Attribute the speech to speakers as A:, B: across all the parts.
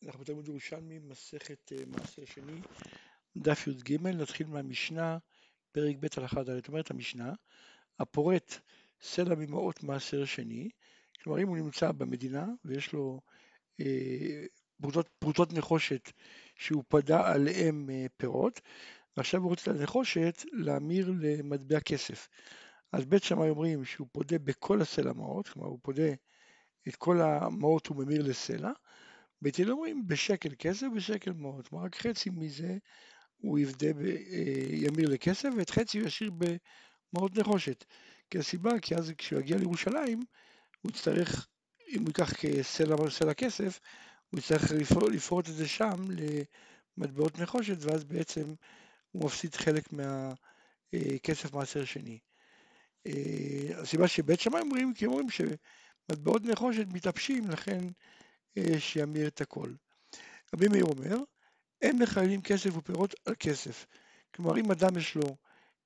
A: אנחנו בתלמוד ירושלמי, מסכת מעשר שני, דף י"ג, נתחיל מהמשנה, פרק ב' הלכה ד'. אומרת המשנה, הפורט סלע ממעות מעשר שני, כלומר אם הוא נמצא במדינה ויש לו פרוטות נחושת שהוא פדה עליהם פירות, ועכשיו הוא רוצה לנחושת להמיר למטבע כסף. אז בית שמאי אומרים שהוא פודה בכל הסלע מעות, כלומר הוא פודה את כל המעות הוא ממיר לסלע, בית הלל אומרים בשקל כסף בשקל מעות, כלומר רק חצי מזה הוא ימיר לכסף ואת חצי הוא ישאיר במעות נחושת. כי הסיבה, כי אז כשהוא יגיע לירושלים הוא יצטרך, אם הוא ייקח סלע כסף, הוא יצטרך לפרוט את זה שם למטבעות נחושת, ואז בעצם הוא מפסיד חלק מהכסף מעשר שני. הסיבה שבית שמאי אומרים, כי אומרים שמטבעות נחושת מתאפשים, לכן שימיר את הכל. רבי מאיר אומר, אין מחיילים כסף ופירות על כסף. כלומר, אם אדם יש לו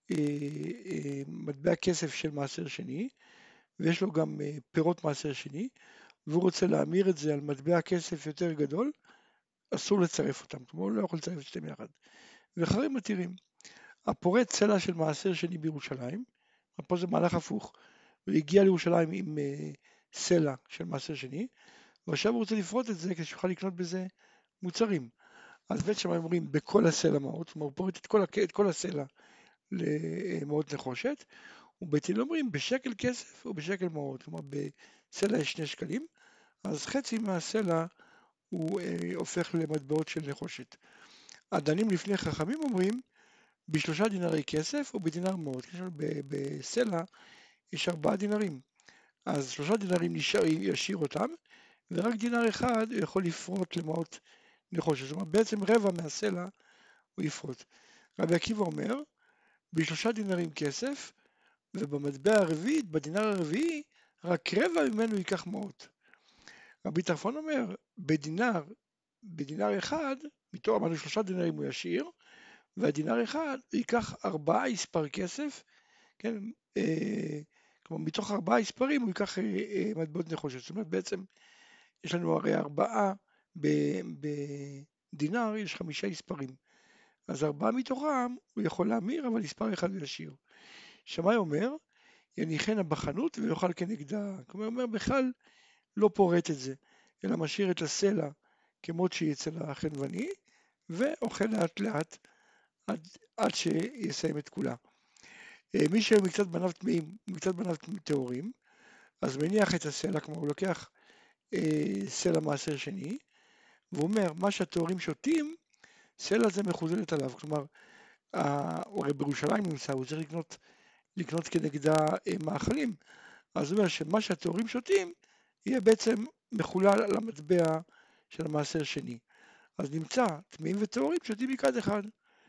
A: מטבע כסף של מעשר שני, ויש לו גם פירות מעשר שני, והוא רוצה להמיר את זה על מטבע כסף יותר גדול, אסור לצרף אותם, כלומר הוא לא יכול לצרף את שתיהם יחד. ואחרים מתירים. הפורט סלע של מעשר שני בירושלים, פה זה מהלך הפוך, הוא הגיע לירושלים עם סלע של מעשר שני, ועכשיו הוא רוצה לפרוט את זה כדי שיוכל לקנות בזה מוצרים. אז בית שמאי אומרים בכל הסלע מעות, כלומר הוא פורט את כל הסלע למעות נחושת, ובית הלל אומרים בשקל כסף או בשקל מעות, כלומר בסלע יש 2 שקלים, אז חצי מהסלע הוא הופך למטבעות של נחושת. הדנים לפני חכמים אומרים ב3 דינרי כסף או בדינר מעות, בסלע יש 4 דינרים, אז 3 דינרים ישאיר אותם, ורק דינר אחד הוא יכול לפרוט למעות נחושת, זאת אומרת בעצם רבע מהסלע הוא יפרוט. רבי עקיבא אומר, ב3 דינרים כסף, ובמטבע הרביעית, בדינר הרביעי, רק רבע ממנו ייקח מעות. רבי טרפון אומר, בדינר אחד, מתוך אמרנו 3 דינרים הוא ישאיר, והדינר אחד ייקח 4 עספר כסף, כן, כלומר מתוך 4 עספרים הוא ייקח מטבעות נחושת, זאת אומרת בעצם יש לנו הרי 4 בדינר, יש 5 עספרים, אז 4 מתוכם הוא יכול להמיר, אבל עספר אחד הוא ישאיר. שמאי אומר, יניחנה בחנות ויאכל כנגדה, כלומר אומר בכלל לא פורט את זה, אלא משאיר את הסלע כמות שהיא אצל החנווני, ואוכל לאט לאט עד שיסיים את כולה. מי שמקצת בניו טמאים, מקצת בניו טהורים, אז מניח את הסלע, כלומר הוא לוקח סלע מעשר שני, והוא אומר, מה שהטהורים שותים, סלע זה מחוזלת עליו, כלומר, הוא הרי בירושלים נמצא, הוא צריך לקנות כנגדה מאכלים, אז הוא אומר שמה שהטהורים שותים, יהיה בעצם מחולל על המטבע של המעשר שני. אז נמצא, טמאים וטהורים שותים מכד אחד.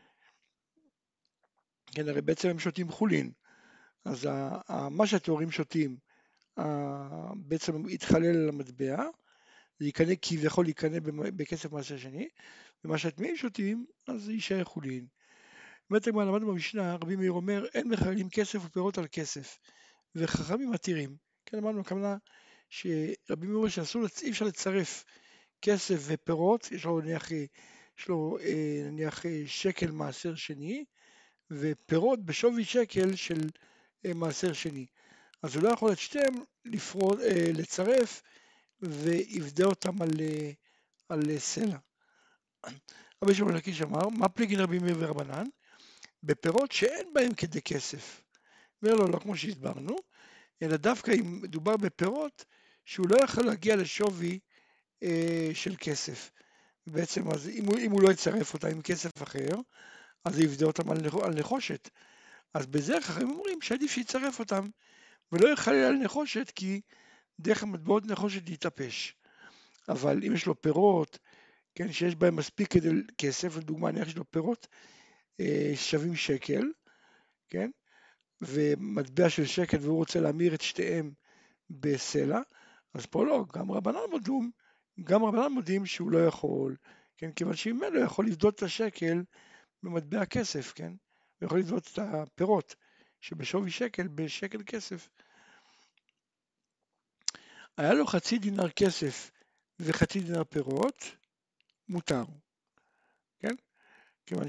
A: כן, הרי בעצם הם שותים חולין, אז מה שהטהורים שותים, בעצם יתחלל על המטבע, זה יקנה כביכול יקנה בכסף מעשר שני, ומה שהטמאים שותים, אז זה יישאר חולין. באמת מה למדנו במשנה, רבי מאיר אומר, אין מחיילים כסף ופירות על כסף, וחכמים מתירים. כן, אמרנו, הכוונה שרבי מאיר אומר אי אפשר לצרף כסף ופירות, יש לו נניח שקל מעשר שני, ופירות בשווי שקל של מעשר שני. אז הוא לא יכול את שתיהם לצרף ויבדה אותם על סלע. רבי שמעון לקיש אמר, מה פליגין רבי מאיר ורבנן? בפירות שאין בהם כדי כסף. ולא כמו שהסברנו, אלא דווקא אם מדובר בפירות שהוא לא יכול להגיע לשווי של כסף. בעצם אז אם הוא לא יצרף אותם עם כסף אחר, אז הוא יבדה אותם על נחושת. אז בזה חכמים אומרים שעדיף שיצרף אותם, ולא יחלל על נחושת, כי דרך המטבעות נחושת יתאפש. אבל אם יש לו פירות, כן, שיש בהם מספיק כדי כסף, לדוגמה, נניח יש לו פירות שווים שקל, כן, ומטבע של שקל והוא רוצה להמיר את שתיהם בסלע, אז פה לא, גם רבנן מודים שהוא לא יכול, כן, כיוון שאם לא יכול לבדות את השקל במטבע כסף, כן, הוא יכול לבדות את הפירות שבשווי שקל בשקל כסף. היה לו חצי דינר כסף וחצי דינר פירות, מותר, כן? כיוון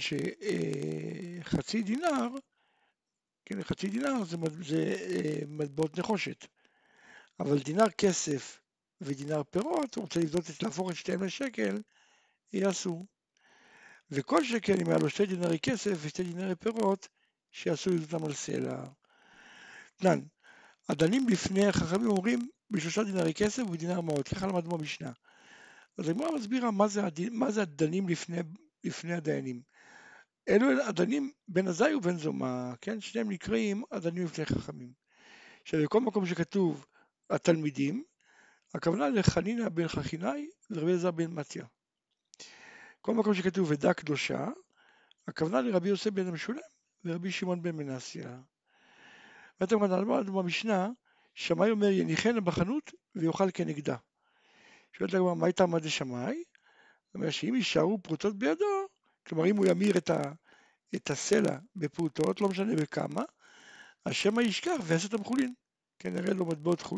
A: שחצי דינר, כן, חצי דינר זה מטבעות נחושת, אבל דינר כסף ודינר פירות, הוא רוצה להפוך את שתיהם לשקל, יהיה אסור. וכל שכן אם היה לו 2 דינרי כסף ו2 דינרי פירות, שיעשו אותם על סלע. תנן, הדנים לפני החכמים אומרים ב3 דינרי כסף ובדינר מעות, ככה למדנו במשנה. אז הגמרא מסבירה מה זה הדנים לפני הדיינים. אלו הדנים בין אזי ובין זומא, כן? שניהם נקראים הדנים לפני חכמים. שבכל מקום שכתוב התלמידים, הכוונה לחנינא בן חכינאי ורבי אלעזר בן מתיה. כל מקום שכתוב עדה קדושה, הכוונה לרבי יוסף בן המשולם ורבי שמעון בן מנסיה. ואתם למדנו במשנה, שמאי אומר יניחנה בחנות ויאכל כנגדה. שואלת הגמרא, מה הייתה עמד לשמאי? זאת אומרת שאם יישארו פרוטות בידו, כלומר אם הוא ימיר את הסלע בפרוטות, לא משנה בכמה, אז שמא ישכח ויעשה אותם חולין. כן, נראה לו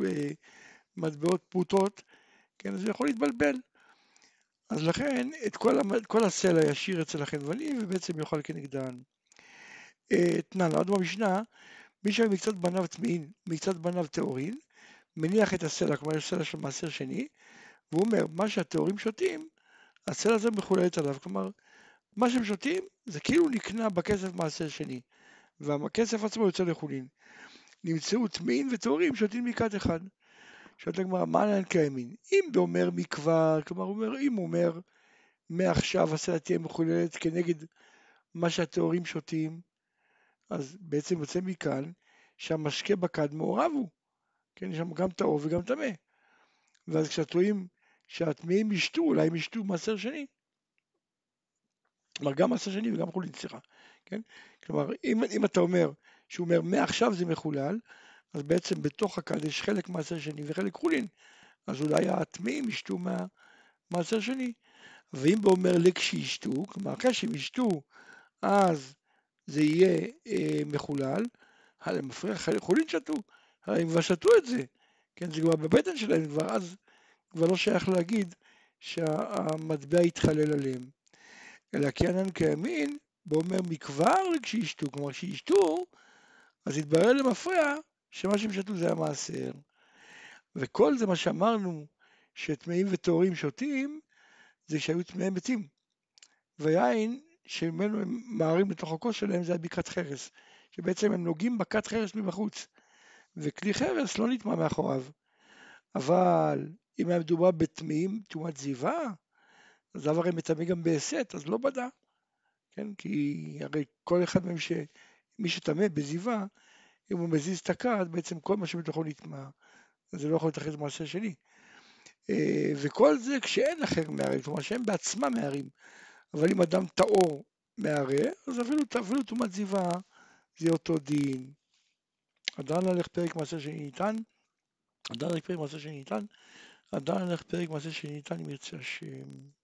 A: מטבעות פרוטות, כן, אז הוא יכול להתבלבל. אז לכן את כל הסלע ישאיר אצל החנווני ובעצם יאכל כנגדן. תנן, למדנו במשנה, מי שמקצת בניו טמאין, מקצת בניו טהורין, מניח את הסלע, כלומר יש סלע של מעשר שני, והוא אומר, מה שהטהורים שותים, הסלע הזה מחוללת עליו, כלומר, מה שהם שותים זה כאילו נקנה בכסף מעשר שני, והכסף עצמו יוצא לחולין. נמצאו טמאין וטהורים שותים מכת אחד. שואלת הגמרא, מה עניין קיימין? אם זה אומר מכבר, כלומר, אם הוא אומר, מעכשיו הסלע תהיה מחוללת כנגד מה שהטהורים שותים, אז בעצם יוצא מכאן שהמשקה בכד מעורב הוא, כן, יש שם גם טהור וגם טמא. ואז כשטועים שהטמאים ישתו, אולי הם ישתו מעשר שני. כלומר, גם מעשר שני וגם חולין, סליחה, כן? כלומר, אם אתה אומר, שהוא אומר, מעכשיו זה מחולל, אז בעצם בתוך הכד יש חלק מעשר שני וחלק חולין, אז אולי הטמאים ישתו מעשר שני. ואם הוא אומר לכשישתו, כלומר, אחרי שהם ישתו, אז זה יהיה מחולל, הם מפריע, חולין שתו, הם כבר שתו את זה, כן, זה כבר בבטן שלהם, אז כבר לא שייך להגיד שהמטבע יתחלל עליהם, אלא כי ענן כימין, ואומר מכבר כשישתו, כלומר כשישתו, אז יתברר למפריע שמה שהם שתו זה המעשר. וכל זה מה שאמרנו, שטמאים וטהורים שותים, זה שהיו טמאי מתים, ויין שממנו הם מערים לתוך הכוס שלהם זה הבקעת חרס, שבעצם הם נוגעים בכת חרס מבחוץ, וכלי חרס לא נטמע מאחוריו. אבל אם היה מדובר בטמאים, טומאת זיווה, אז הרי מטמא גם בהסת, אז לא בדע, כן? כי הרי כל אחד מהם מי שטמא בזיווה, אם הוא מזיז את הכת, בעצם כל מה שבתוכו נטמע, אז זה לא יכול להתאחד מעשר שני. וכל זה כשאין אחר מערים, כלומר שהם בעצמם מערים, אבל אם אדם טהור מערה, אז אפילו טומאת זיווה זה אותו דין. עדיין הלך פרק מעשר שניתן, עדיין הלך פרק מעשר שניתן, אם ירצה השם.